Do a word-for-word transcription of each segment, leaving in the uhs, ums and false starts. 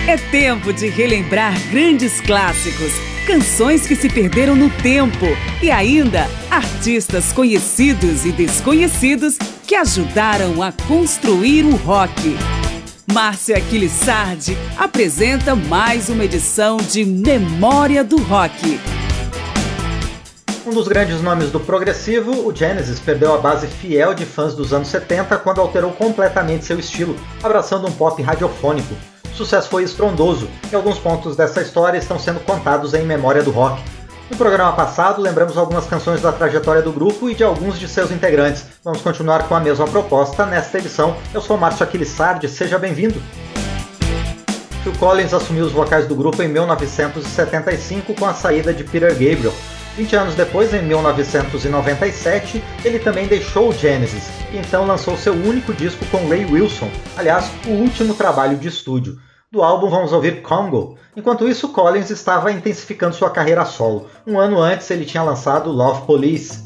É tempo de relembrar grandes clássicos, canções que se perderam no tempo e ainda artistas conhecidos e desconhecidos que ajudaram a construir o rock. Márcia Aquiles Sardi apresenta mais uma edição de Memória do Rock. Um dos grandes nomes do progressivo, o Genesis perdeu a base fiel de fãs dos anos setenta quando alterou completamente seu estilo, abraçando um pop radiofônico. O sucesso foi estrondoso e alguns pontos dessa história estão sendo contados em Memória do Rock. No programa passado, lembramos algumas canções da trajetória do grupo e de alguns de seus integrantes. Vamos continuar com a mesma proposta nesta edição. Eu sou Márcio Aquiles Sardi, seja bem-vindo! Phil Collins assumiu os vocais do grupo em mil novecentos e setenta e cinco com a saída de Peter Gabriel. vinte anos depois, em mil novecentos e noventa e sete, ele também deixou o Genesis e então lançou seu único disco com Ray Wilson, aliás, o último trabalho de estúdio. Do álbum vamos ouvir Congo. Enquanto isso, Collins estava intensificando sua carreira solo. Um ano antes ele tinha lançado Love Police.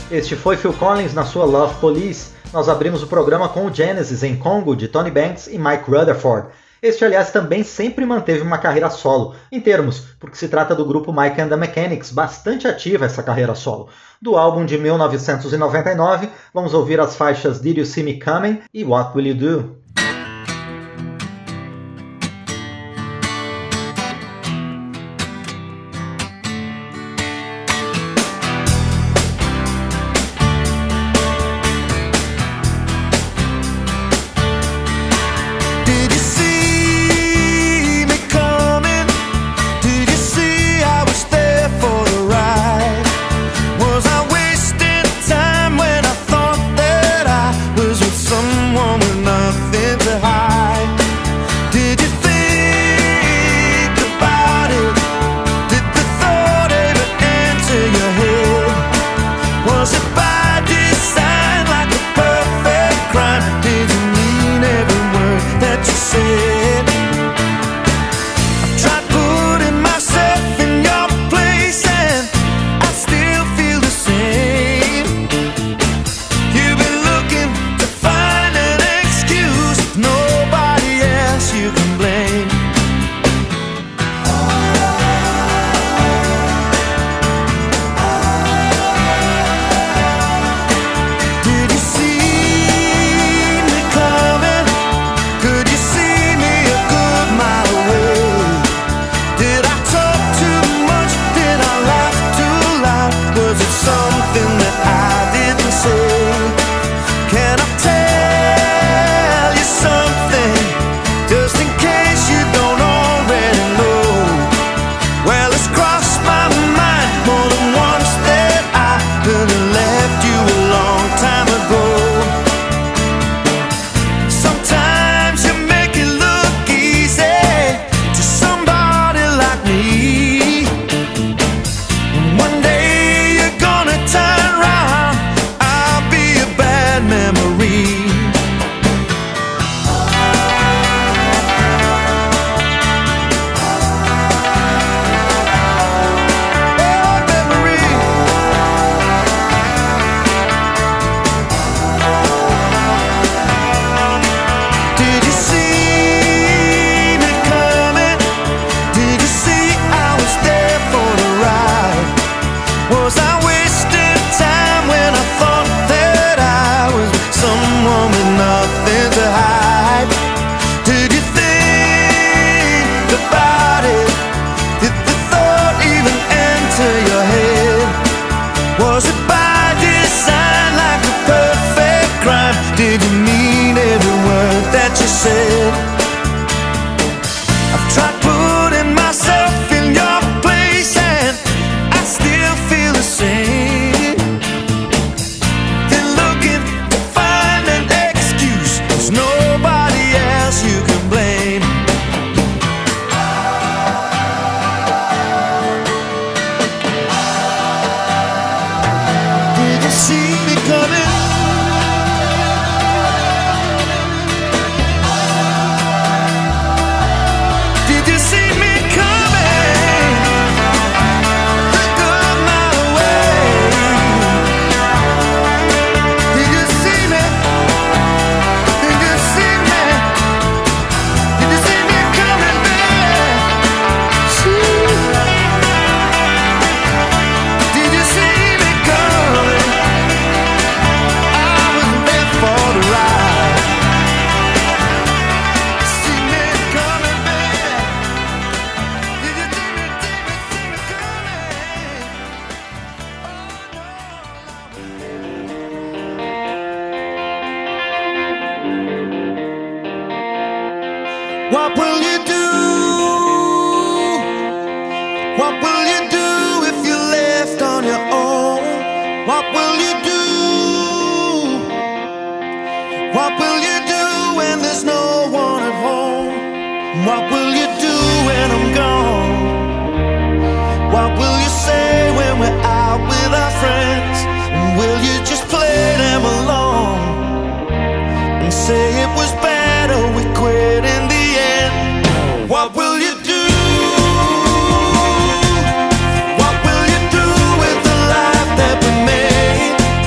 Este foi Phil Collins na sua Love Police. Nós abrimos o programa com o Genesis em Congo, de Tony Banks e Mike Rutherford. Este, aliás, também sempre manteve uma carreira solo, em termos, porque se trata do grupo Mike and the Mechanics, bastante ativa essa carreira solo. Do álbum de mil novecentos e noventa e nove, vamos ouvir as faixas Did You See Me Coming e What Will You Do? What will you do? What will you do if you're left on your own? What will you do? What will you do when there's no one at home? What will you do when I'm gone? What will you say when we're out with our friends? And will you just play them along and say it was better we quit in the end? What will you do? What will you do with the life that we made?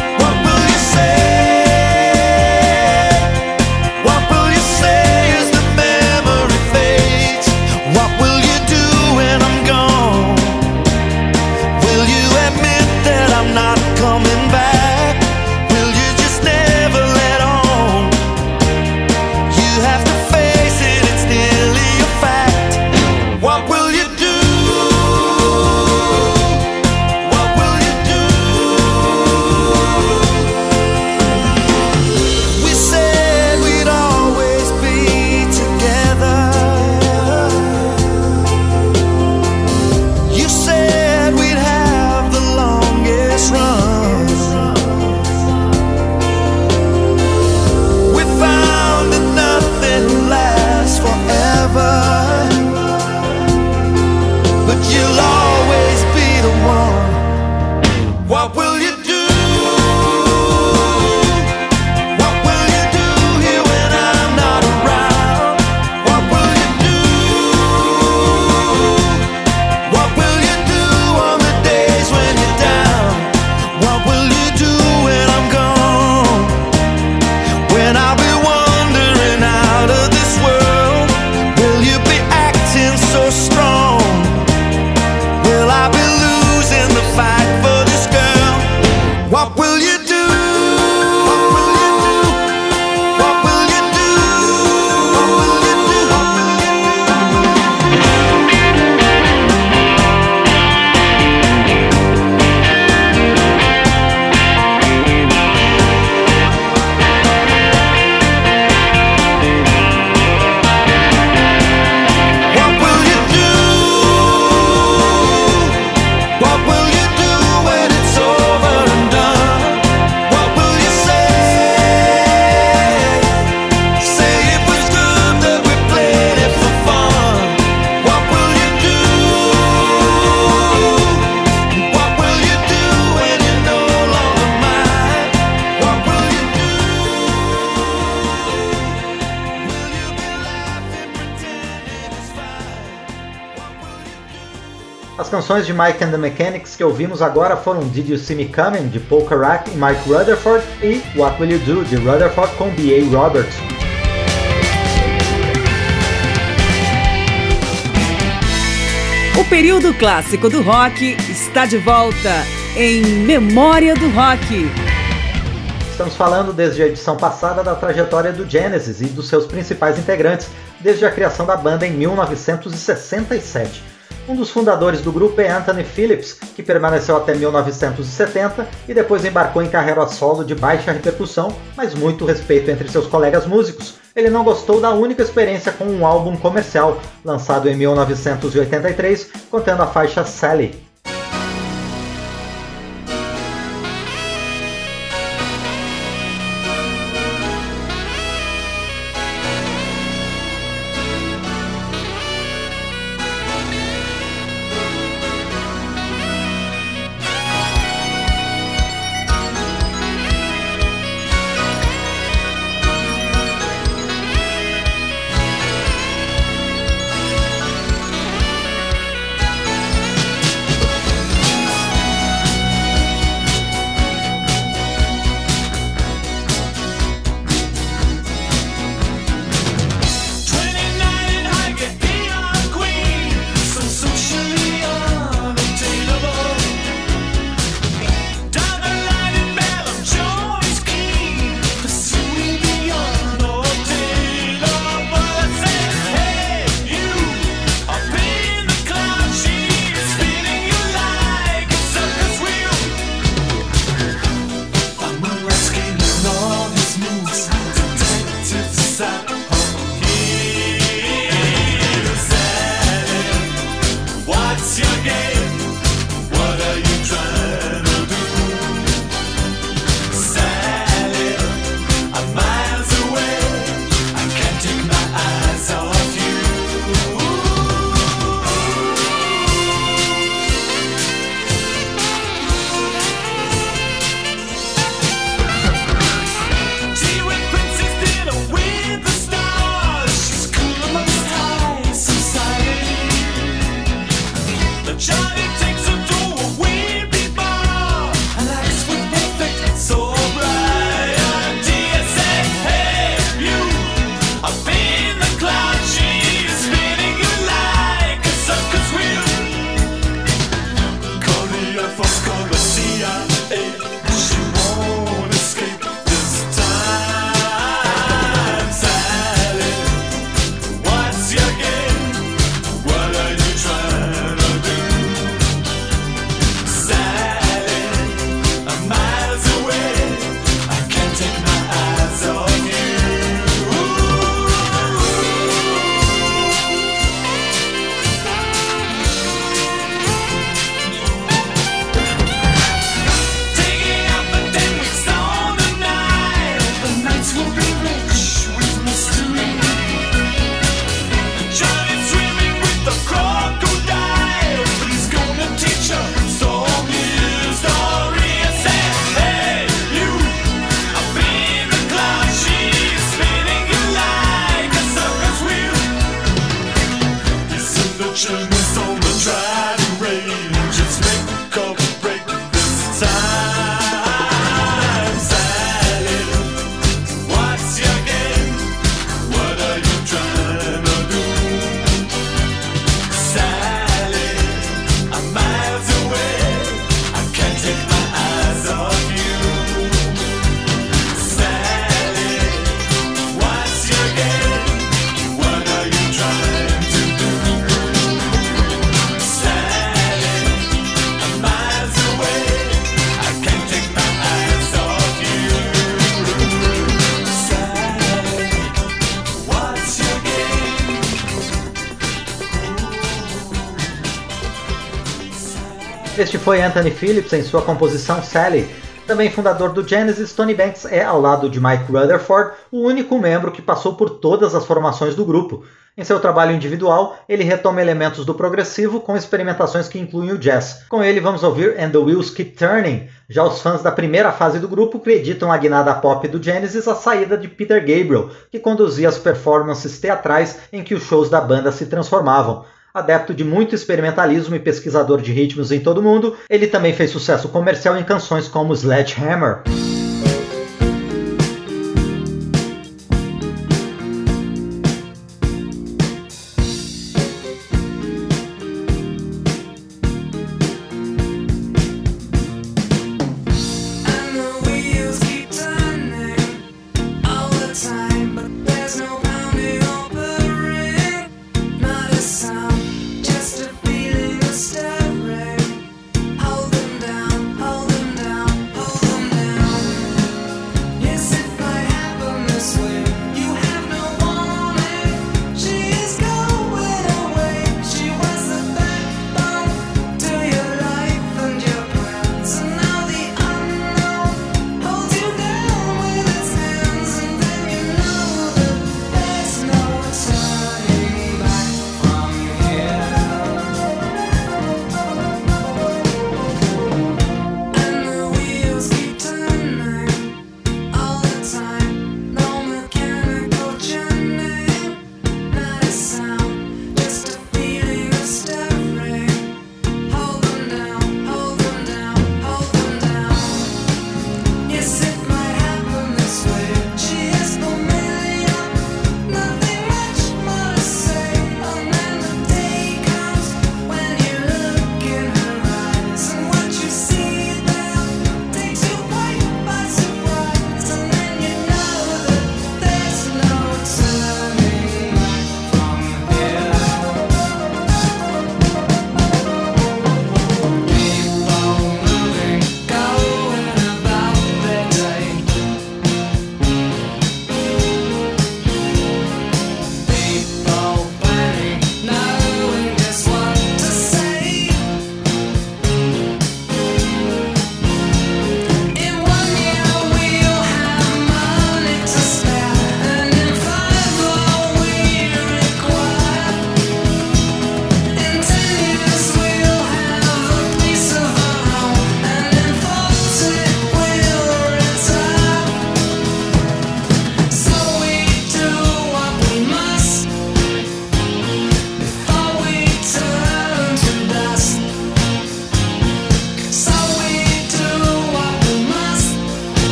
As canções de Mike and the Mechanics que ouvimos agora foram Did You See Me Coming, de Paul Carrack e Mike Rutherford, e What Will You Do, de Rutherford com B A Roberts. O período clássico do rock está de volta em Memória do Rock. Estamos falando desde a edição passada da trajetória do Genesis e dos seus principais integrantes, desde a criação da banda em mil novecentos e sessenta e sete. Um dos fundadores do grupo é Anthony Phillips, que permaneceu até mil novecentos e setenta e depois embarcou em carreira solo de baixa repercussão, mas muito respeito entre seus colegas músicos. Ele não gostou da única experiência com um álbum comercial, lançado em mil novecentos e oitenta e três, contendo a faixa Sally. Este foi Anthony Phillips em sua composição Sally. Também fundador do Genesis, Tony Banks é, ao lado de Mike Rutherford, o único membro que passou por todas as formações do grupo. Em seu trabalho individual, ele retoma elementos do progressivo com experimentações que incluem o jazz. Com ele vamos ouvir And the Wheels Keep Turning. Já os fãs da primeira fase do grupo acreditam a guinada pop do Genesis à saída de Peter Gabriel, que conduzia as performances teatrais em que os shows da banda se transformavam. Adepto de muito experimentalismo e pesquisador de ritmos em todo o mundo, ele também fez sucesso comercial em canções como Sledgehammer.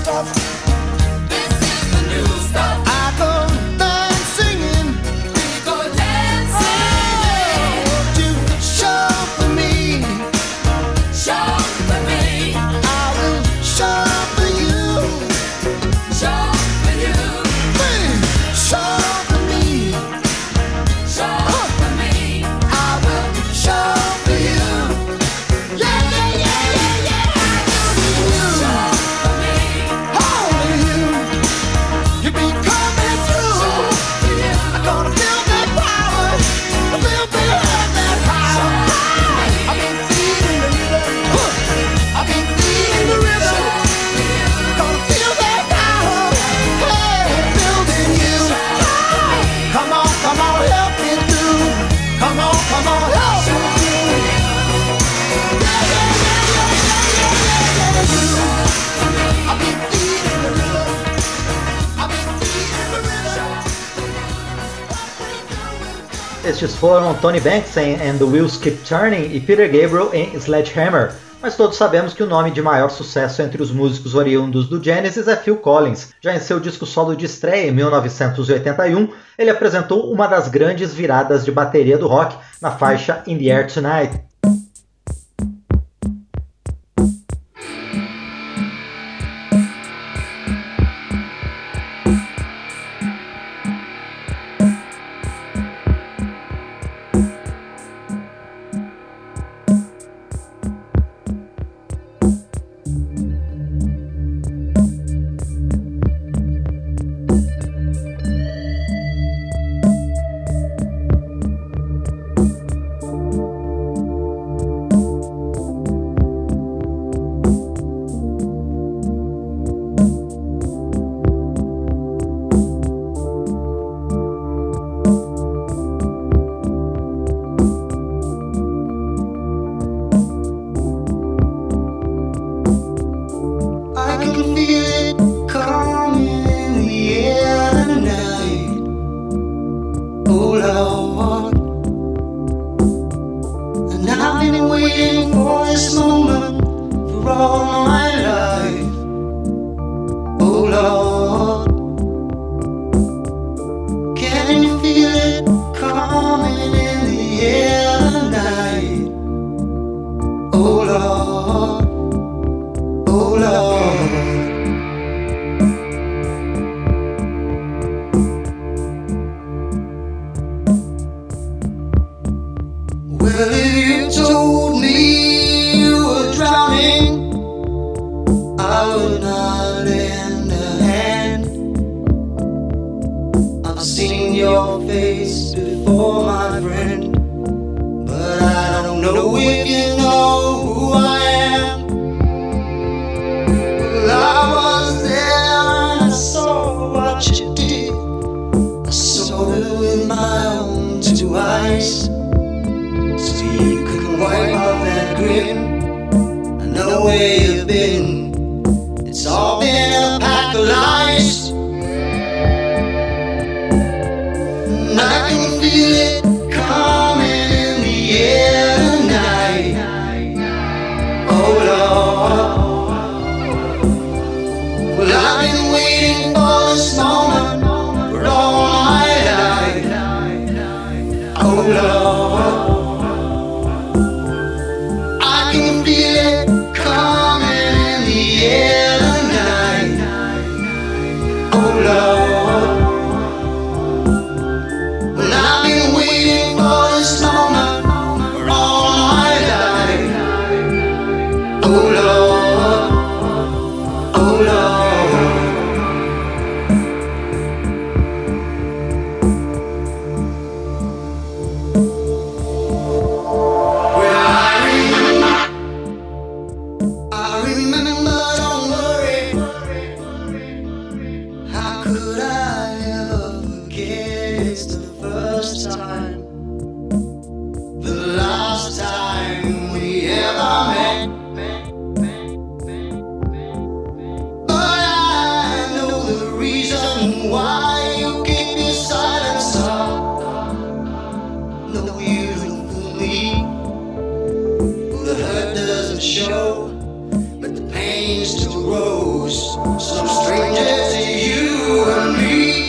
stuff. This is the new stuff. I go dancing in. We go dancing in. Won't you show for me? Show for me. I will show for you. Show for you. Please show for me. Show for me. I will show for you. Yeah, yeah, yeah, yeah, yeah. Show for me. Only you. You be coming through. I'm gonna feel that power. I feel, feel that power. I've been feeling the rhythm. I've been feeling the rhythm. Gonna feel that power. Hey, building you. Come on, come on, help me through. Come on, come on, help me through. Yeah, yeah, yeah, yeah, yeah, yeah, yeah, yeah. I've been feeling the rhythm. I've been feeling the rhythm. Estes foram Tony Banks em And the Wheels Keep Turning e Peter Gabriel em Sledgehammer. Mas todos sabemos que o nome de maior sucesso entre os músicos oriundos do Genesis é Phil Collins. Já em seu disco solo de estreia, em mil novecentos e oitenta e um, ele apresentou uma das grandes viradas de bateria do rock na faixa In the Air Tonight. I can feel it coming in the air tonight. Oh Lord, and I've been waiting for this moment for all my life. Oh Lord, can you feel it coming in the air tonight? Oh Lord. Oh Lord, well, if you told me you were drowning, I would not lend a hand. I've seen your face before, my friend, but I don't know if you know who I am. I was there and I saw what you did. I saw it with my own two eyes. So you could wipe off that grin. I know where you've been. It's all been a pack of lies. And I can feel it coming in the air tonight. Oh Lord. Well, I've been waiting for this moment for all my life. Oh Lord, I can feel it coming in the air tonight. Oh Lord, well, I've been waiting for this moment for all my life. Oh Lord, oh Lord. Show, but the pain still grows. some strangers to you and me.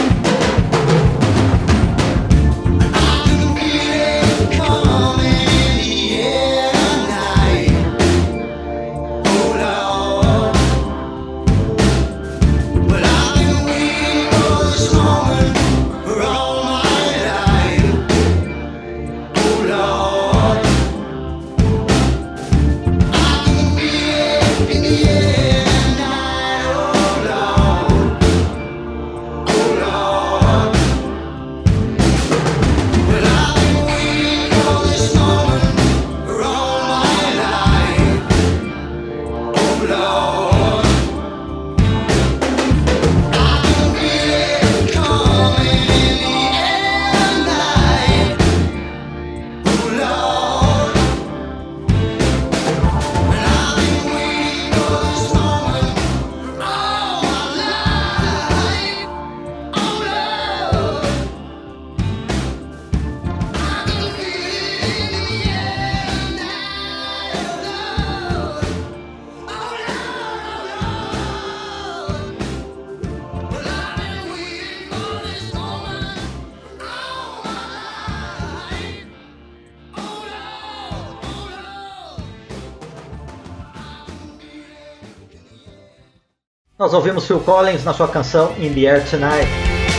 Nós ouvimos Phil Collins na sua canção In the Air Tonight.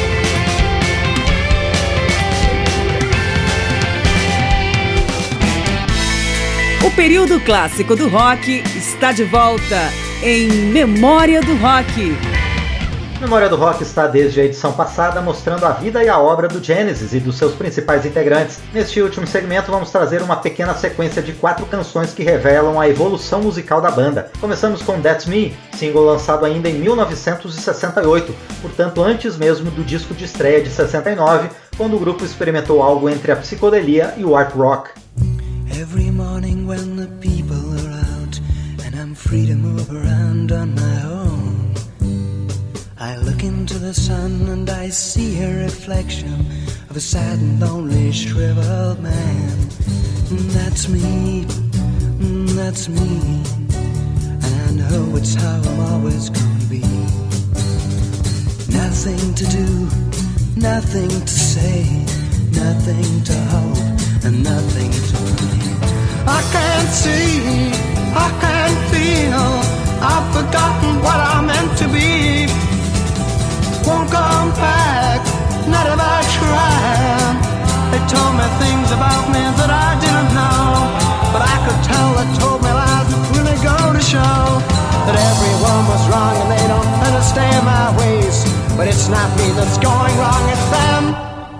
O período clássico do rock está de volta em Memória do Rock. Memória do Rock está desde a edição passada mostrando a vida e a obra do Genesis e dos seus principais integrantes. Neste último segmento vamos trazer uma pequena sequência de quatro canções que revelam a evolução musical da banda. Começamos com That's Me, single lançado ainda em mil novecentos e sessenta e oito, portanto antes mesmo do disco de estreia de sessenta e nove, quando o grupo experimentou algo entre a psicodelia e o art rock. Every morning when the people are out and I'm free to move around on my own, I look into the sun and I see a reflection of a sad and lonely shriveled man. That's me, that's me, and I know it's how I'm always gonna be. Nothing to do, nothing to say, nothing to hope, and nothing to believe. I can't see, I can't feel, I've forgotten what I meant to be. Won't come back, not if I try. They told me things about me that I didn't know, but I could tell they told me lies that really go to show that everyone was wrong and they don't understand my ways. But it's not me that's going wrong, it's them.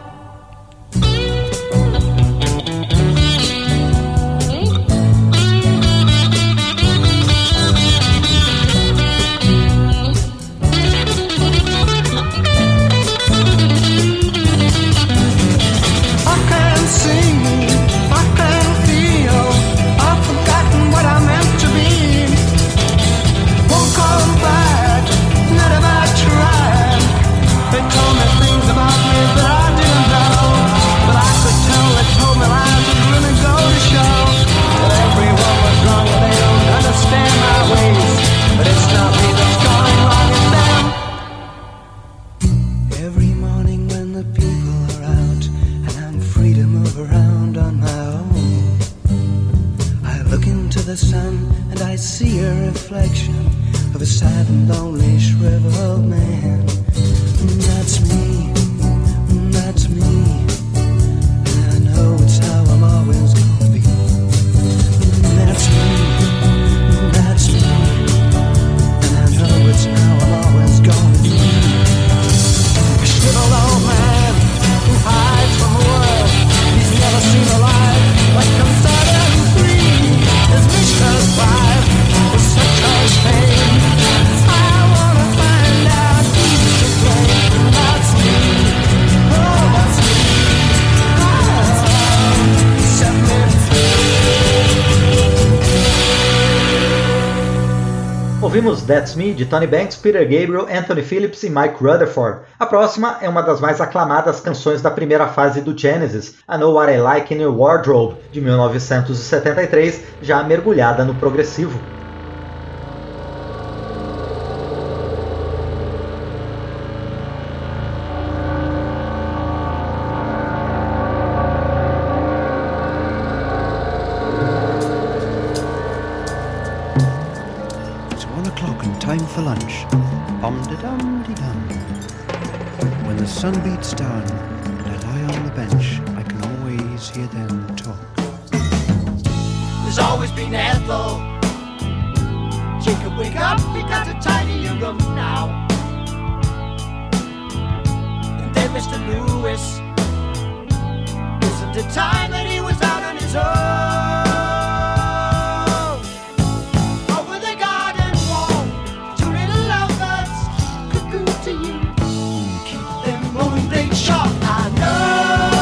Ouvimos That's Me, de Tony Banks, Peter Gabriel, Anthony Phillips e Mike Rutherford. A próxima é uma das mais aclamadas canções da primeira fase do Genesis, I Know What I Like in Your Wardrobe, de mil novecentos e setenta e três, já mergulhada no progressivo. for lunch. Om-de-dum-de-dum. When the sun beats down and I lie on the bench, I can always hear them talk. There's always been Ethel. Jacob, wake up, we got to tidy your room now. And then Mister Lewis, isn't it time that he was out on his own? Over the garden wall, two little lovebirds cuckoo to you. Keep them rolling blades sharp, I know.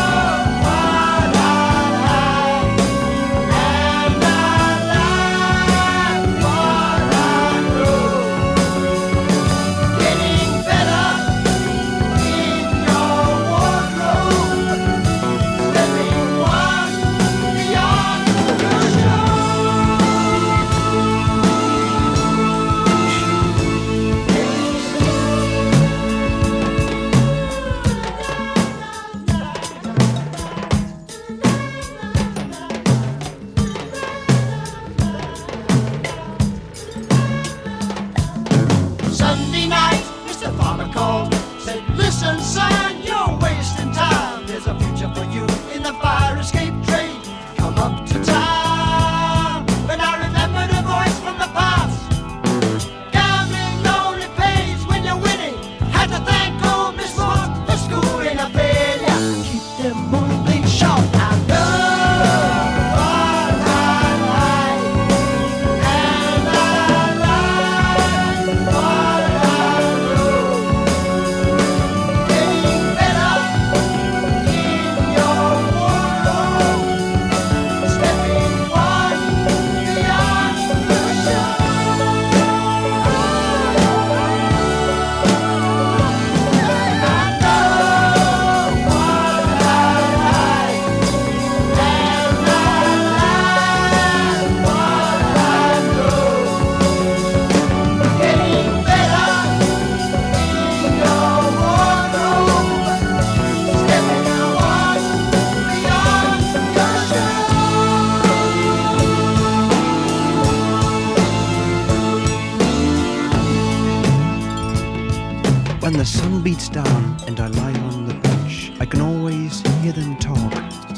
When the sun beats down and I lie on the bench, I can always hear them talk.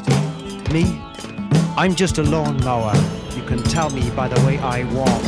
Me? I'm just a lawnmower. You can tell me by the way I walk.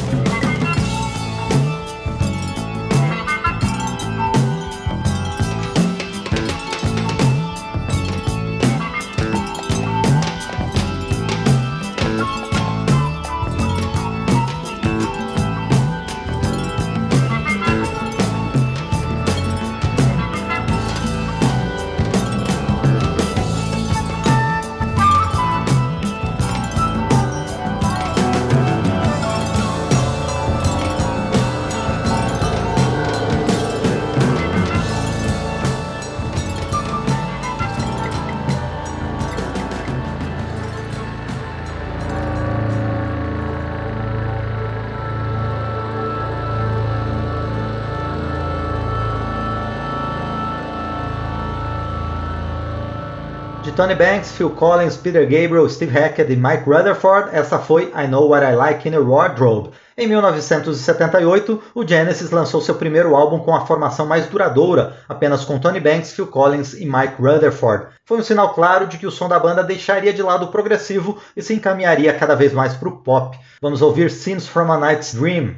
De Tony Banks, Phil Collins, Peter Gabriel, Steve Hackett e Mike Rutherford, essa foi I Know What I Like in a Wardrobe. Em mil novecentos e setenta e oito, o Genesis lançou seu primeiro álbum com a formação mais duradoura, apenas com Tony Banks, Phil Collins e Mike Rutherford. Foi um sinal claro de que o som da banda deixaria de lado o progressivo e se encaminharia cada vez mais para o pop. Vamos ouvir Scenes from a Night's Dream.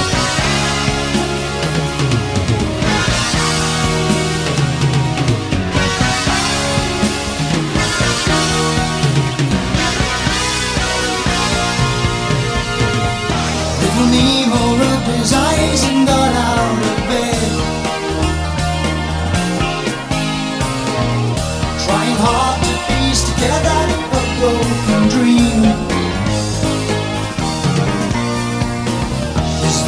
Nemo rubbed his eyes and got out of bed, trying hard to piece together a broken dream. His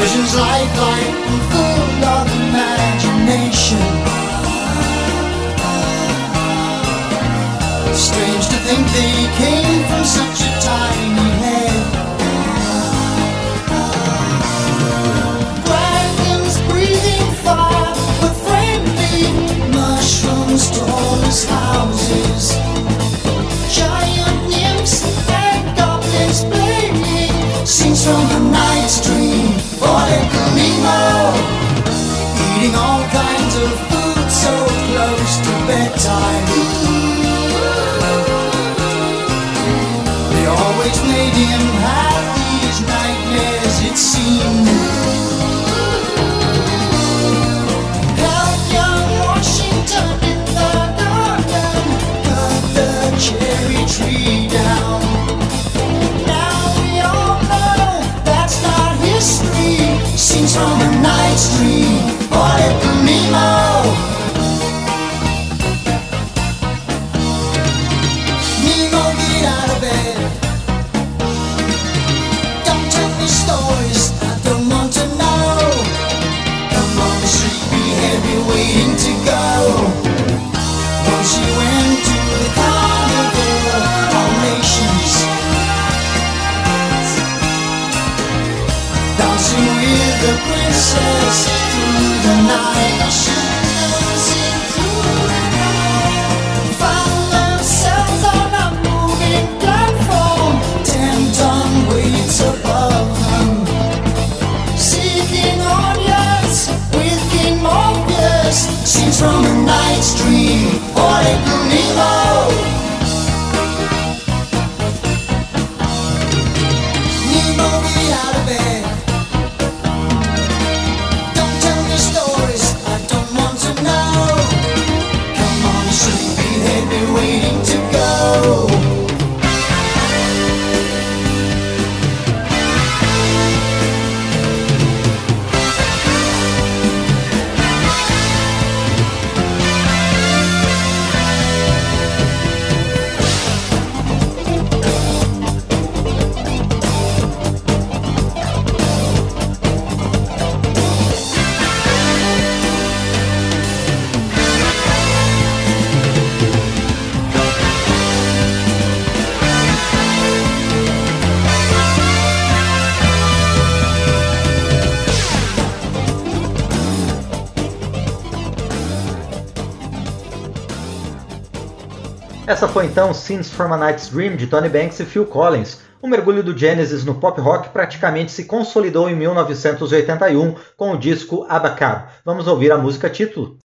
happy waiting to go. Once she went to the carnival of nations, dancing with the princess through the night. Dancing through the night, found themselves on a moving platform, ten ton weights above them, seeking audience with King Morpheus, scenes from a night's dream, or a Nemo. Nemo, get out of bed. Don't tell me stories I don't want to know. Come on, sleepyhead, be waiting to go. Essa foi então Scenes from a Night's Dream, de Tony Banks e Phil Collins. O mergulho do Genesis no pop rock praticamente se consolidou em mil novecentos e oitenta e um com o disco Abacab. Vamos ouvir a música título.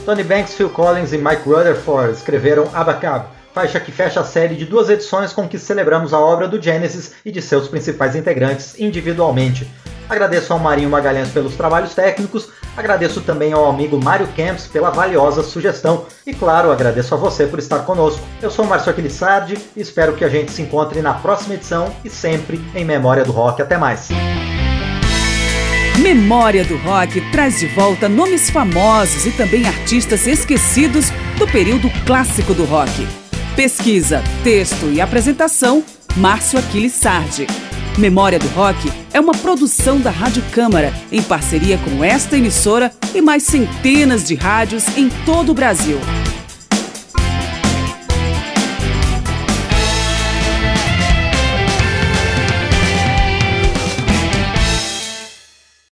Tony Banks, Phil Collins e Mike Rutherford escreveram Abacab, faixa que fecha a série de duas edições com que celebramos a obra do Genesis e de seus principais integrantes individualmente. Agradeço ao Marinho Magalhães pelos trabalhos técnicos, agradeço também ao amigo Mário Camps pela valiosa sugestão e, claro, agradeço a você por estar conosco. Eu sou o Márcio Aquilissardi e espero que a gente se encontre na próxima edição e sempre em Memória do Rock. Até mais! Memória do Rock traz de volta nomes famosos e também artistas esquecidos do período clássico do rock. Pesquisa, texto e apresentação, Márcio Aquilissardi. Memória do Rock é uma produção da Rádio Câmara, em parceria com esta emissora e mais centenas de rádios em todo o Brasil.